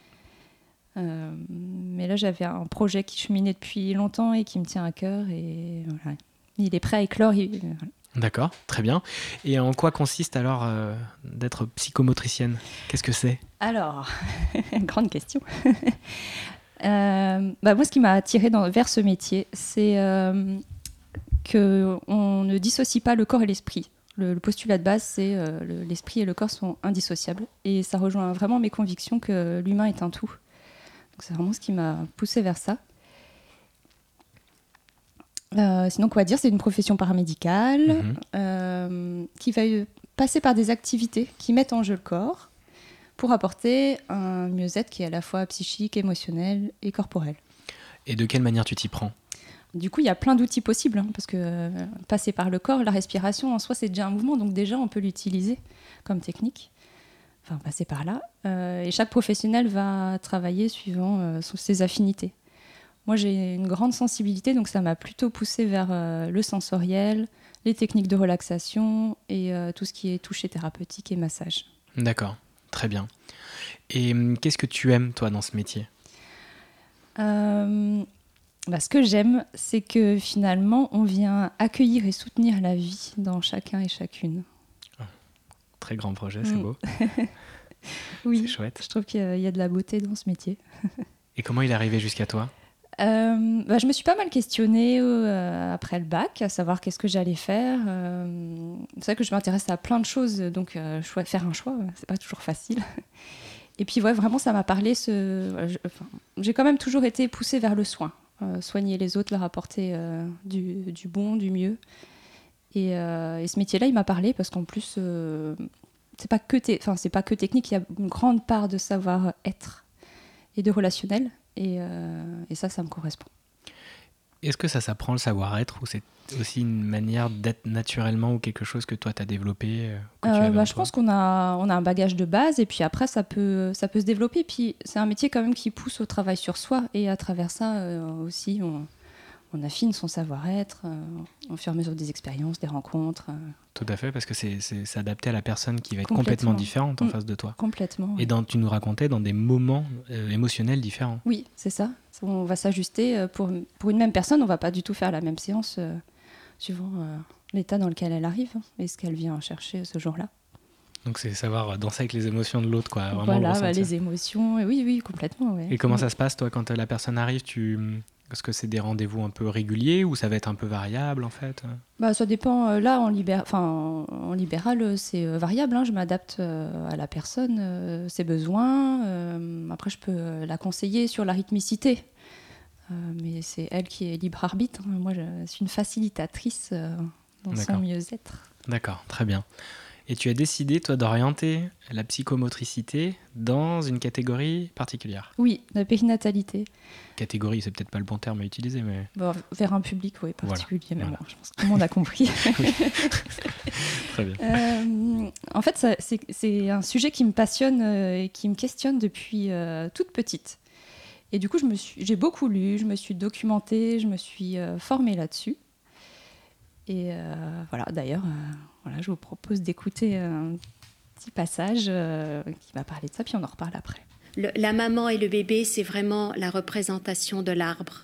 Mais là, j'avais un projet qui cheminait depuis longtemps et qui me tient à cœur. Et voilà, il est prêt à éclore. Voilà. D'accord, très bien. Et en quoi consiste alors d'être psychomotricienne ? Qu'est-ce que c'est ? Alors, grande question. Moi, ce qui m'a attirée vers ce métier, c'est qu'on ne dissocie pas le corps et l'esprit. Le postulat de base, c'est l'esprit et le corps sont indissociables. Et ça rejoint vraiment mes convictions que l'humain est un tout. Donc, c'est vraiment ce qui m'a poussée vers ça. Sinon, quoi dire, c'est une profession paramédicale qui va passer par des activités qui mettent en jeu le corps pour apporter un mieux-être qui est à la fois psychique, émotionnel et corporel. Et de quelle manière tu t'y prends ? Du coup, il y a plein d'outils possibles, parce que passer par le corps, la respiration en soi, c'est déjà un mouvement, donc déjà, on peut l'utiliser comme technique. Enfin, passer par là. Et chaque professionnel va travailler suivant ses affinités. Moi, j'ai une grande sensibilité, donc ça m'a plutôt poussée vers le sensoriel, les techniques de relaxation et tout ce qui est toucher thérapeutique et massage. D'accord, très bien. Et qu'est-ce que tu aimes, toi, dans ce métier ? Ce que j'aime, c'est que finalement, on vient accueillir et soutenir la vie dans chacun et chacune. Très grand projet, c'est beau. Oui, c'est chouette. Je trouve qu'il y a de la beauté dans ce métier. Et comment il est arrivé jusqu'à toi ? Je me suis pas mal questionnée après le bac, à savoir qu'est-ce que j'allais faire. C'est vrai que je m'intéresse à plein de choses, donc faire un choix, c'est pas toujours facile. Et puis vraiment, ça m'a parlé. J'ai quand même toujours été poussée vers le soin, soigner les autres, leur apporter du bon, du mieux. Et ce métier-là, il m'a parlé parce qu'en plus, c'est pas que technique, il y a une grande part de savoir-être et de relationnel. Et ça me correspond. Est-ce que ça s'apprend le savoir-être ou c'est aussi une manière d'être naturellement ou quelque chose que toi tu as développé je pense qu'on a un bagage de base et puis après ça peut se développer. Puis c'est un métier quand même qui pousse au travail sur soi et à travers ça aussi on affine son savoir-être au fur et à mesure des expériences, des rencontres. Tout à fait, parce que c'est adapté à la personne qui va être complètement différente en face de toi. Complètement. Et tu nous racontais dans des moments émotionnels différents. Oui, c'est ça. On va s'ajuster. Pour une même personne, on ne va pas du tout faire la même séance suivant l'état dans lequel elle arrive et ce qu'elle vient chercher ce jour-là. Donc c'est savoir danser avec les émotions de l'autre, quoi. Vraiment voilà, les émotions. Oui, complètement. Ouais. Et comment ça se passe, toi, quand la personne arrive Est-ce que c'est des rendez-vous un peu réguliers ou ça va être un peu variable en fait ? Ça dépend. Là, en libéral, c'est variable. Je m'adapte à la personne, ses besoins. Après, je peux la conseiller sur la rythmicité. Mais c'est elle qui est libre arbitre. Moi, je suis une facilitatrice dans son mieux-être. D'accord, très bien. Et tu as décidé, toi, d'orienter la psychomotricité dans une catégorie particulière ? Oui, la périnatalité. Catégorie, c'est peut-être pas le bon terme à utiliser, mais... vers un public, oui, particulier. Voilà. Mais bon, je pense que tout le monde a compris. Très bien. En fait, c'est un sujet qui me passionne et qui me questionne depuis toute petite. Et du coup, j'ai beaucoup lu, je me suis documentée, je me suis formée là-dessus. Et d'ailleurs, je vous propose d'écouter un petit passage qui va parler de ça, puis on en reparle après. La maman et le bébé, c'est vraiment la représentation de l'arbre.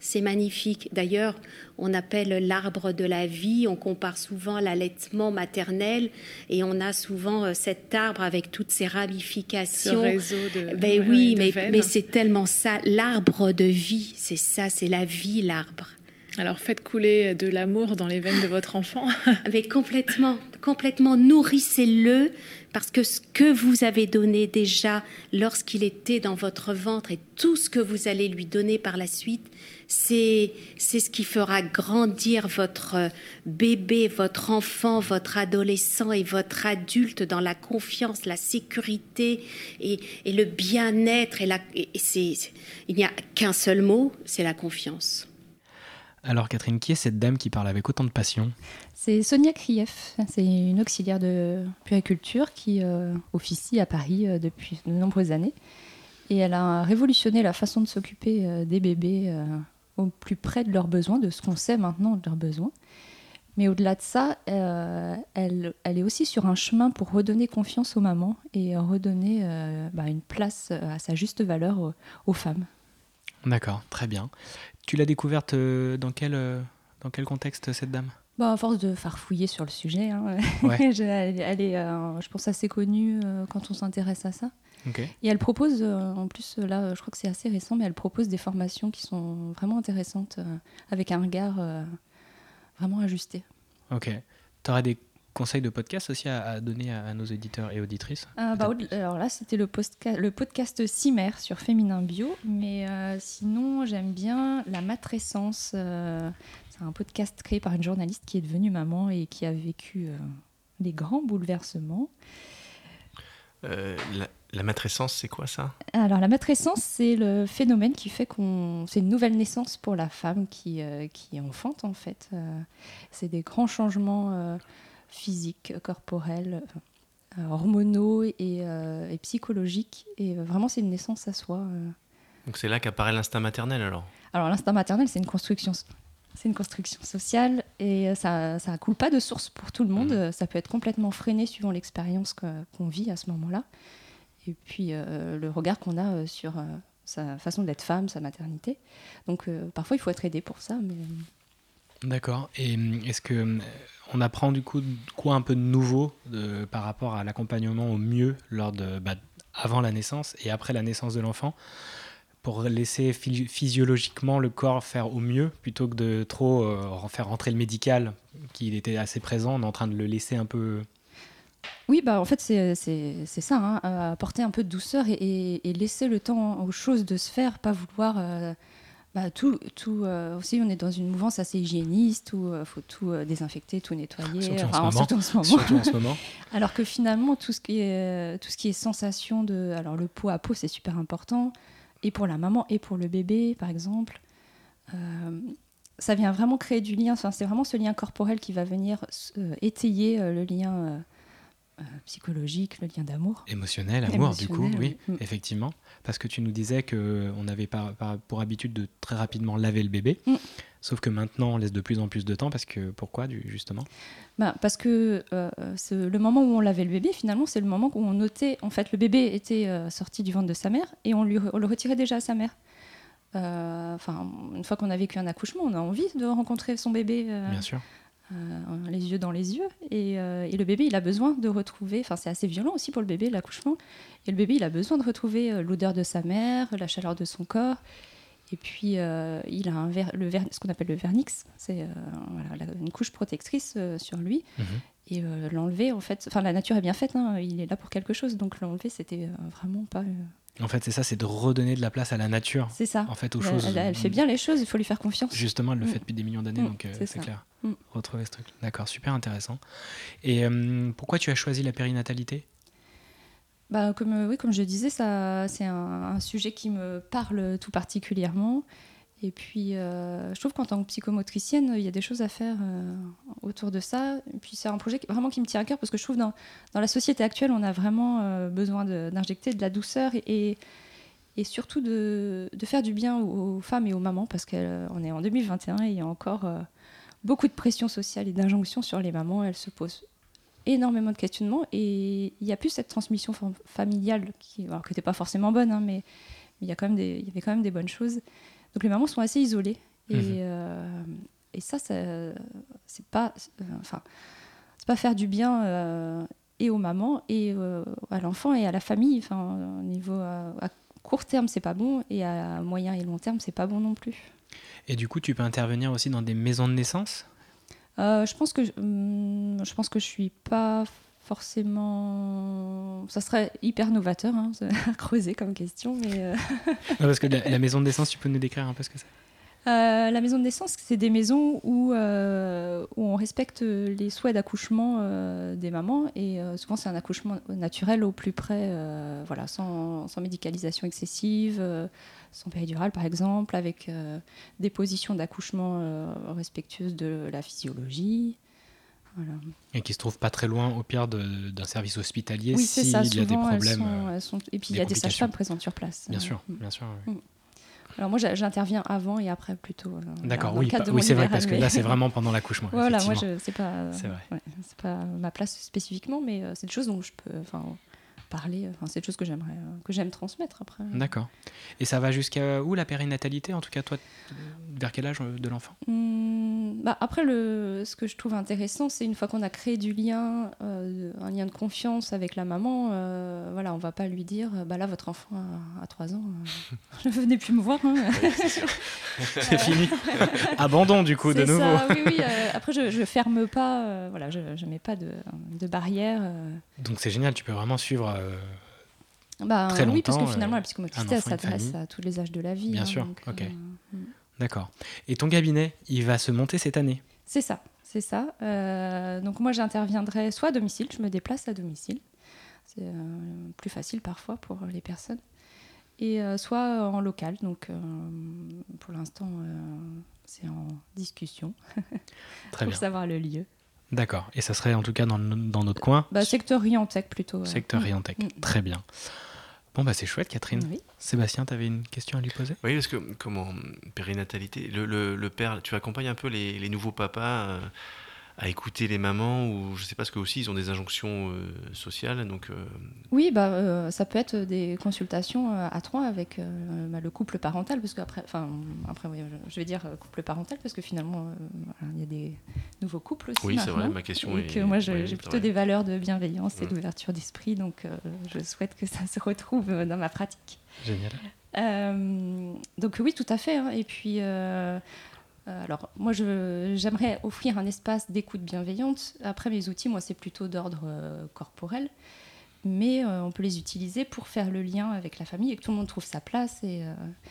C'est magnifique. D'ailleurs, on appelle l'arbre de la vie, on compare souvent l'allaitement maternel et on a souvent cet arbre avec toutes ses ramifications. Ce réseau de, mais c'est tellement ça, l'arbre de vie, c'est ça, c'est la vie, l'arbre. Alors faites couler de l'amour dans les veines de votre enfant. Mais complètement, nourrissez-le, parce que ce que vous avez donné déjà lorsqu'il était dans votre ventre et tout ce que vous allez lui donner par la suite, c'est ce qui fera grandir votre bébé, votre enfant, votre adolescent et votre adulte dans la confiance, la sécurité et le bien-être. Il n'y a qu'un seul mot, c'est la confiance. Alors Catherine, qui est cette dame qui parle avec autant de passion ? C'est Sonia Krief, c'est une auxiliaire de puériculture qui officie à Paris depuis de nombreuses années. Et elle a révolutionné la façon de s'occuper des bébés au plus près de leurs besoins, de ce qu'on sait maintenant de leurs besoins. Mais au-delà de ça, elle est aussi sur un chemin pour redonner confiance aux mamans et redonner une place à sa juste valeur aux femmes. D'accord, très bien. Tu l'as découverte dans quel contexte, cette dame ? À force de farfouiller sur le sujet, hein. Ouais. Elle est, je pense, assez connue quand on s'intéresse à ça. Okay. Et elle propose, en plus, là, je crois que c'est assez récent, mais elle propose des formations qui sont vraiment intéressantes, avec un regard vraiment ajusté. Ok. Tu aurais des conseils de podcast aussi à donner à nos éditeurs et auditrices ? Alors là, c'était le podcast Cimer sur Féminin Bio, mais sinon, j'aime bien La Matrescence. C'est un podcast créé par une journaliste qui est devenue maman et qui a vécu des grands bouleversements. La matrescence, c'est quoi ça ? Alors la matrescence, c'est le phénomène qui fait c'est une nouvelle naissance pour la femme qui enfante en fait. C'est des grands changements physiques, corporels, hormonaux et psychologiques. Et vraiment, c'est une naissance à soi. Donc c'est là qu'apparaît l'instinct maternel alors ? Alors l'instinct maternel, c'est une construction sociale et ça coule pas de source pour tout le monde. Ça peut être complètement freiné suivant l'expérience qu'on vit à ce moment-là. Et puis le regard qu'on a sur sa façon d'être femme, sa maternité. Donc parfois il faut être aidé pour ça. Mais... D'accord. Et est-ce qu'on apprend du coup quoi un peu de nouveau par rapport à l'accompagnement au mieux avant la naissance et après la naissance de l'enfant, pour laisser physiologiquement le corps faire au mieux, plutôt que de trop faire rentrer le médical, qui était assez présent, on est en train de le laisser un peu... Oui, en fait, c'est ça, hein, apporter un peu de douceur et laisser le temps aux choses de se faire, pas vouloir... aussi, on est dans une mouvance assez hygiéniste où il faut tout désinfecter, tout nettoyer, surtout en ce moment. Alors que finalement, tout ce qui est sensation de... Alors, le peau à peau, c'est super important, et pour la maman et pour le bébé, par exemple. Ça vient vraiment créer du lien. Enfin, c'est vraiment ce lien corporel qui va venir étayer le lien psychologique, le lien d'amour. Émotionnel, du coup, oui, effectivement. Parce que tu nous disais qu'on avait pour habitude de très rapidement laver le bébé. Sauf que maintenant, on laisse de plus en plus de temps. Pourquoi, justement ? Parce que le moment où on lavait le bébé, finalement, c'est le moment où on notait... En fait, le bébé était sorti du ventre de sa mère et on le retirait déjà à sa mère. Une fois qu'on a vécu un accouchement, on a envie de rencontrer son bébé. Bien sûr. Les yeux dans les yeux. Et le bébé, il a besoin de retrouver... Enfin, c'est assez violent aussi pour le bébé, l'accouchement. Et le bébé, il a besoin de retrouver l'odeur de sa mère, la chaleur de son corps. Et puis, il a ce qu'on appelle le vernix. C'est une couche protectrice sur lui. Et l'enlever, en fait... Enfin, la nature est bien faite, hein, il est là pour quelque chose. Donc, l'enlever, c'était vraiment pas... En fait, c'est ça, c'est de redonner de la place à la nature. C'est ça. En fait, aux choses. Elle fait bien les choses, il faut lui faire confiance. Justement, elle le fait depuis des millions d'années, donc c'est clair. Retrouver ce truc. D'accord, super intéressant. Et pourquoi tu as choisi la périnatalité ? Comme je disais, c'est un sujet qui me parle tout particulièrement. Et puis, je trouve qu'en tant que psychomotricienne, il y a des choses à faire autour de ça. Et puis, c'est un projet qui me tient à cœur parce que je trouve dans la société actuelle, on a vraiment besoin d'injecter de la douceur et surtout de faire du bien aux femmes et aux mamans parce qu'on est en 2021 et il y a encore beaucoup de pression sociale et d'injonctions sur les mamans. Elles se posent énormément de questionnements et il n'y a plus cette transmission familiale qui n'était pas forcément bonne, hein, mais il y avait quand même des bonnes choses. Donc les mamans sont assez isolées Et ça, c'est pas faire du bien et aux mamans et à l'enfant et à la famille. Enfin, au niveau à court terme, c'est pas bon, et à moyen et long terme, c'est pas bon non plus. Et du coup, tu peux intervenir aussi dans des maisons de naissance ? Je pense que je suis pas forcément. Ça serait hyper novateur, hein, à creuser comme question, mais. Non, parce que la maison de naissance, tu peux nous décrire un peu ce que c'est ? La maison de naissance, c'est des maisons où on respecte les souhaits d'accouchement des mamans, et souvent c'est un accouchement naturel au plus près, sans médicalisation excessive, sans péridurale par exemple, avec des positions d'accouchement respectueuses de la physiologie. Voilà. Et qui se trouve pas très loin, au pire, d'un service hospitalier, oui, c'est ça. Il y a des problèmes. Et puis il y a des sages-femmes présentes sur place. Bien sûr, bien sûr. Oui. Alors moi, j'interviens avant et après plutôt. D'accord, oui, c'est vrai, parce que là, c'est vraiment pendant l'accouchement. Voilà, moi, c'est pas ma place spécifiquement, mais c'est des choses dont je peux parler. C'est des choses que j'aime transmettre après. D'accord. Et ça va jusqu'à où la périnatalité ? En tout cas, toi, vers quel âge de l'enfant ? Après, ce que je trouve intéressant, c'est une fois qu'on a créé du lien, un lien de confiance avec la maman, on va pas lui dire, là, votre enfant a 3 ans, ne venez plus me voir. Hein. C'est fini. Abandon, du coup, de nouveau. Ça, oui. Après, je ferme pas, je mets pas de barrière. Donc, c'est génial, tu peux vraiment suivre très longtemps. Oui, parce que finalement, la psychomotricité, elle s'adresse à tous les âges de la vie. Bien sûr, donc, ok. D'accord. Et ton cabinet, il va se monter cette année ? C'est ça. Donc moi, j'interviendrai soit à domicile, je me déplace à domicile. C'est plus facile parfois pour les personnes. Et soit en local. Donc pour l'instant, c'est en discussion pour savoir le lieu. D'accord. Et ça serait en tout cas dans notre coin ? Secteur Riantec plutôt. Secteur Riantec. Très bien. Bon, c'est chouette, Catherine. Oui. Sébastien, tu avais une question à lui poser ? Oui, parce que, périnatalité, le père, tu accompagnes un peu les nouveaux papas à écouter les mamans, ou je sais pas, parce qu'eux aussi, ils ont des injonctions sociales, donc... Oui, ça peut être des consultations à 3 avec le couple parental, parce qu'après, je vais dire couple parental, parce que finalement, il y a des nouveaux couples aussi. Oui, maintenant, c'est vrai, ma question est... que moi, j'ai plutôt des valeurs de bienveillance et d'ouverture d'esprit, donc je souhaite que ça se retrouve dans ma pratique. Génial. Donc oui, tout à fait. Hein. Et puis... alors, moi, j'aimerais offrir un espace d'écoute bienveillante. Après, mes outils, moi, c'est plutôt d'ordre corporel. Mais on peut les utiliser pour faire le lien avec la famille et que tout le monde trouve sa place et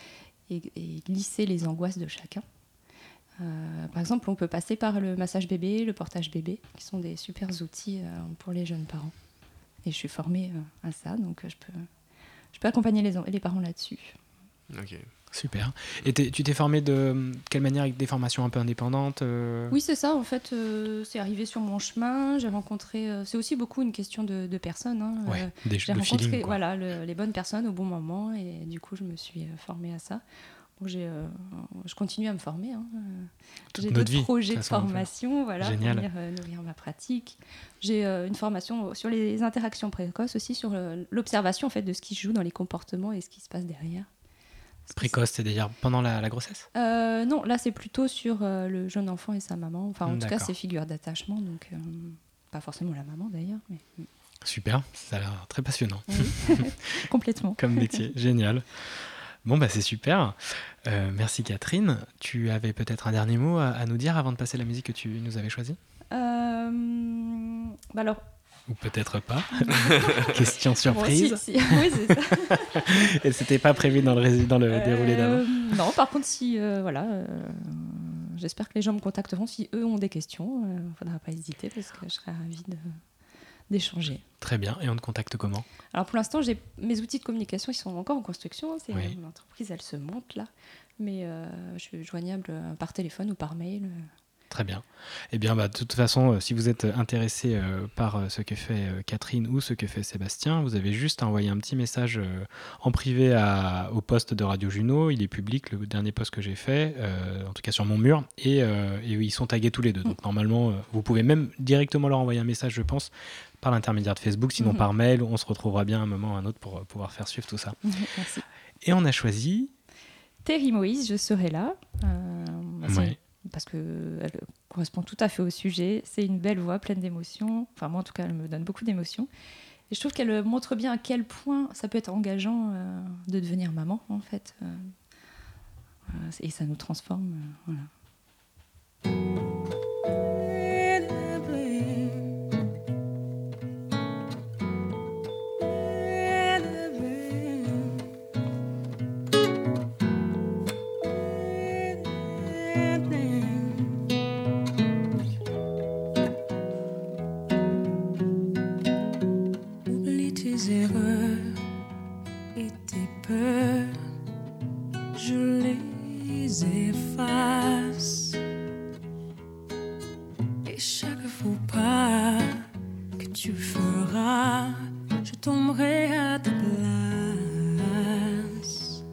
glisser les angoisses de chacun. Par exemple, on peut passer par le massage bébé, le portage bébé, qui sont des super outils pour les jeunes parents. Et je suis formée à ça, donc je peux accompagner les parents là-dessus. Ok. Super. Et tu t'es formée de quelle manière, avec des formations un peu indépendantes Oui, c'est ça. En fait, c'est arrivé sur mon chemin. J'ai rencontré... c'est aussi beaucoup une question de personnes. Hein. J'ai rencontré feeling, les bonnes personnes au bon moment. Et du coup, je me suis formée à ça. Bon, je continue à me former. Hein. J'ai d'autres projets de formation pour nourrir ma pratique. J'ai une formation sur les interactions précoces, aussi sur l'observation en fait, de ce qui se joue dans les comportements et ce qui se passe derrière. Précoce, c'est-à-dire pendant la grossesse ? Non, là c'est plutôt sur le jeune enfant et sa maman. Enfin, en tout cas, c'est figure d'attachement, donc pas forcément la maman d'ailleurs. Mais... Super, ça a l'air très passionnant. Oui. Complètement. Comme métier, génial. Bon, c'est super. Merci Catherine. Tu avais peut-être un dernier mot à nous dire avant de passer la musique que tu nous avais choisie ? Alors... Ou peut-être pas. Question surprise. Bon, si. Oui, c'est ça. Et c'était pas prévu dans le déroulé d'avant. Non, par contre, si j'espère que les gens me contacteront si eux ont des questions. Il ne faudra pas hésiter parce que je serai ravie d'échanger. Très bien. Et on te contacte comment ? Alors pour l'instant, mes outils de communication, ils sont encore en construction. C'est une entreprise, elle se monte là, mais je suis joignable par téléphone ou par mail. Très bien. Eh bien, de toute façon, si vous êtes intéressé par ce que fait Catherine ou ce que fait Sébastien, vous avez juste à envoyer un petit message en privé au post de Radio Juno. Il est public, le dernier post que j'ai fait, en tout cas sur mon mur, et ils sont tagués tous les deux. Donc normalement, vous pouvez même directement leur envoyer un message, je pense, par l'intermédiaire de Facebook, sinon par mail. On se retrouvera bien à un moment ou à un autre pour pouvoir faire suivre tout ça. Merci. Et on a choisi... Terry Moïse, je serai là. Ouais. parce qu'elle correspond tout à fait au sujet. C'est une belle voix, pleine d'émotions. Enfin, moi, en tout cas, elle me donne beaucoup d'émotions. Et je trouve qu'elle montre bien à quel point ça peut être engageant de devenir maman, en fait. Et ça nous transforme. Voilà. Oublie tes erreurs et tes peurs, je les efface. Et chaque faux pas que tu feras, je tomberai à ta place.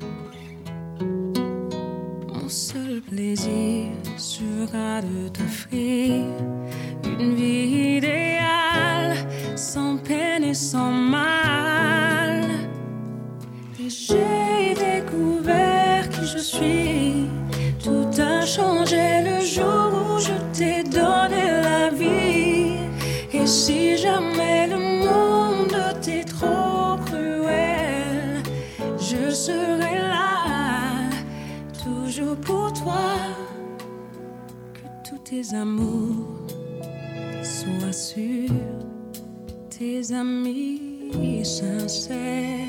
Mon seul plaisir sera de t'offrir une vie idéale, sans peine et sans mal. Et j'ai découvert qui je suis. Tout a changé le jour où je t'ai donné la vie. Et si jamais le monde t'est trop cruel, je serai là, toujours pour toi. Que tous tes amours sois sûr, tes amis sincères.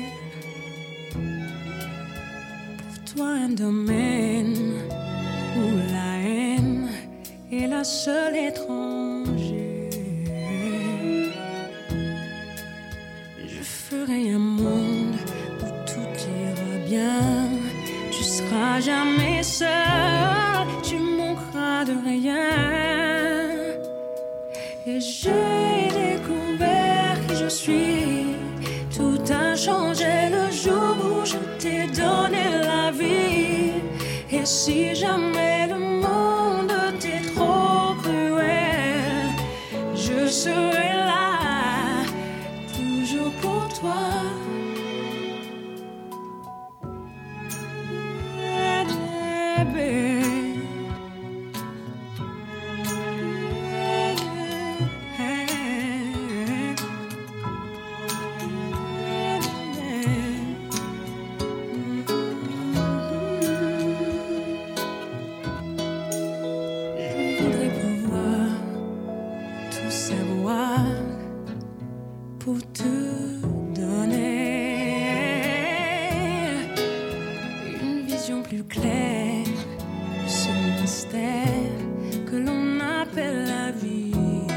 Pour toi un domaine où la haine est la seule étrangère. Je ferai un monde où tout ira bien. Tu seras jamais seul, tu manqueras de rien. Et j'ai découvert qui je suis. Tout a changé le jour où je t'ai donné la vie. Et si jamais le monde t'est trop cruel, je serai là, toujours pour toi. Pour te donner une vision plus claire de ce mystère que l'on appelle la vie.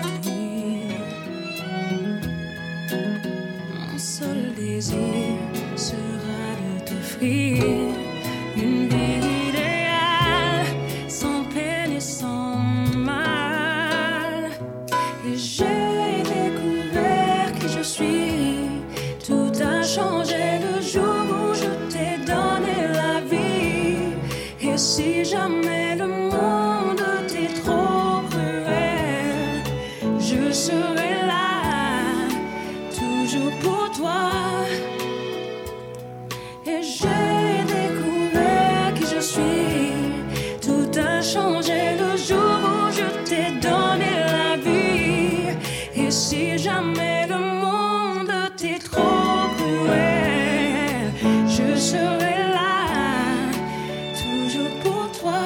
Mon seul désir sera de t'offrir une vie idéale, sans peine et sans mal. Et j'ai découvert qui je suis. Tout a changé le jour où je t'ai donné la vie. Et si jamais le monde t'est trop cruel, je serai là, toujours pour toi. Et j'ai découvert qui je suis. Tout a changé le jour où je t'ai donné la vie. Et si jamais le monde t'est trop cruel, je serai là, toujours pour toi.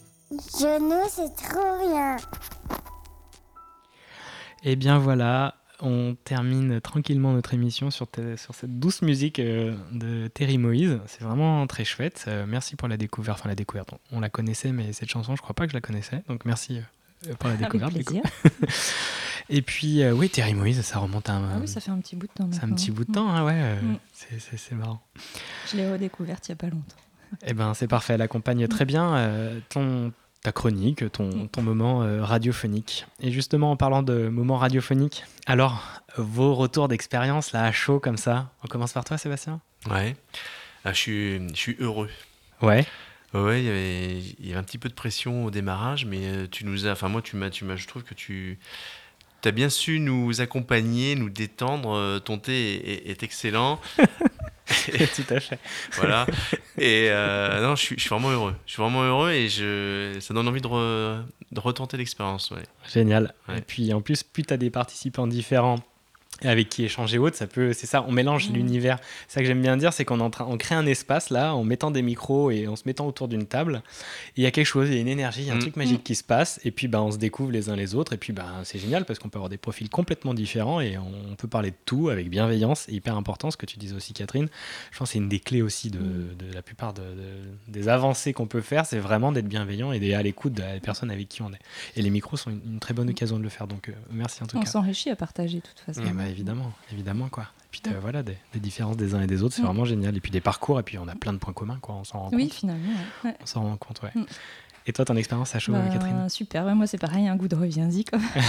Genoux, c'est trop bien. Et bien voilà, on termine tranquillement notre émission sur cette douce musique de Terry Moïse. C'est vraiment très chouette. Merci pour la découverte. Enfin, la découverte, on la connaissait, mais cette chanson, je crois pas que je la connaissais. Donc, merci pour la découverte. Avec plaisir. Et puis, oui, Terry Moïse, ça remonte à un... Ah oui, ça fait un petit bout de temps. C'est un petit bout de temps, hein, ouais. C'est marrant. Je l'ai redécouverte il n'y a pas longtemps. Eh ben, c'est parfait. Elle accompagne très bien ta chronique, ton moment radiophonique. Et justement, en parlant de moment radiophonique, alors, vos retours d'expérience, là, à chaud, comme ça. On commence par toi, Sébastien ? Ouais. Je suis heureux. Ouais. Ouais, il y avait un petit peu de pression au démarrage, mais tu nous as... Enfin, moi, je trouve que tu as bien su nous accompagner, nous détendre. Ton thé est excellent. Tout à fait. Voilà. Et non, je suis vraiment heureux. Je suis vraiment heureux et ça donne envie de retenter l'expérience. Ouais. Génial. Ouais. Et puis, en plus tu as des participants différents avec qui échanger autre, c'est ça, on mélange l'univers. C'est ça que j'aime bien dire, c'est qu'on on crée un espace là, en mettant des micros et en se mettant autour d'une table. Il y a quelque chose, il y a une énergie, il y a un truc magique qui se passe, et puis on se découvre les uns les autres, et puis c'est génial parce qu'on peut avoir des profils complètement différents et on peut parler de tout avec bienveillance. C'est hyper important, ce que tu disais aussi, Catherine. Je pense que c'est une des clés aussi de la plupart des avancées qu'on peut faire, c'est vraiment d'être bienveillant et d'être à l'écoute des personnes avec qui on est. Et les micros sont une très bonne occasion de le faire, donc merci en tout cas. On s'enrichit à partager de toute façon. Évidemment quoi. Et puis voilà, des différences des uns et des autres, c'est vraiment génial. Et puis des parcours, et puis on a plein de points communs, quoi. On s'en rend compte. Oui, finalement. Ouais. On s'en rend compte, ouais. Et toi, ton expérience à chaud, Catherine ? Super, moi c'est pareil, un goût de reviens-y.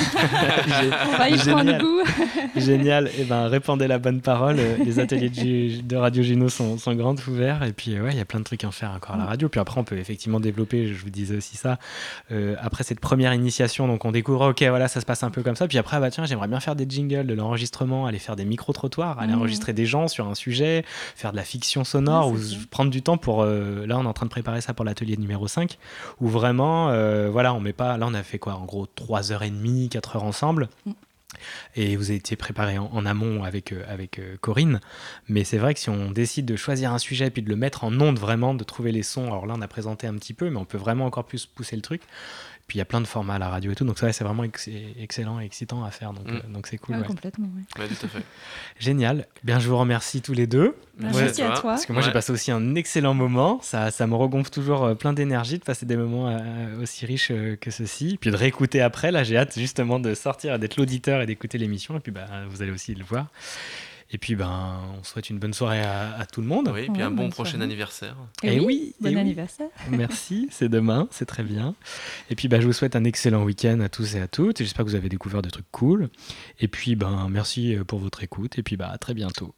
On va y prendre goût. Génial, et répandez la bonne parole. Les ateliers de Radio Juno sont grands ouverts, et puis il y a plein de trucs à faire encore à la radio. Puis après, on peut effectivement développer, je vous disais aussi ça, après cette première initiation, donc on découvre, ok, voilà, ça se passe un peu comme ça. Puis après, tiens, j'aimerais bien faire des jingles, de l'enregistrement, aller faire des micro-trottoirs, aller enregistrer des gens sur un sujet, faire de la fiction sonore, ou prendre du temps pour... là, on est en train de préparer ça pour l'atelier numéro 5, où vraiment, on met pas... Là, on a fait quoi ? En gros, 3h30, 4 heures ensemble. Et vous avez été préparé en amont avec Corinne. Mais c'est vrai que si on décide de choisir un sujet et puis de le mettre en ondes, vraiment, de trouver les sons... Alors là, on a présenté un petit peu, mais on peut vraiment encore plus pousser le truc. Puis il y a plein de formats à la radio et tout, donc ça, c'est vraiment excellent et excitant à faire, donc c'est cool. Ouais, complètement, ouais, tout à fait. Génial. Bien, je vous remercie tous les deux. Merci à toi. Parce que moi, j'ai passé aussi un excellent moment. Ça me regonfle toujours plein d'énergie de passer des moments aussi riches que ceux-ci. Puis de réécouter après. Là, j'ai hâte justement de sortir, d'être l'auditeur et d'écouter l'émission. Et puis, vous allez aussi le voir. Et puis, on souhaite une bonne soirée à tout le monde. Oui, et puis un bon prochain anniversaire. Et oui, bon anniversaire. Merci, c'est demain, c'est très bien. Et puis, je vous souhaite un excellent week-end à tous et à toutes. J'espère que vous avez découvert des trucs cool. Et puis, merci pour votre écoute. Et puis, à très bientôt.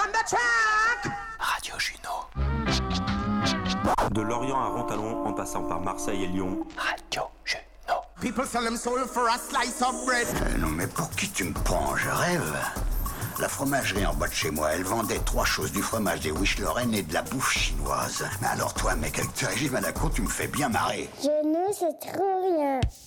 Radio Juno. De Lorient à Rontalon, en passant par Marseille et Lyon. Radio Juno. People sell them soul for a slice of bread. Non mais pour qui tu me prends? Je rêve. La fromagerie en bas de chez moi, elle vendait 3 choses, du fromage, des Wish-Lorraine et de la bouffe chinoise. Mais alors toi, mec, avec tes régimes à la con, tu me fais bien marrer. Juno, c'est trop bien.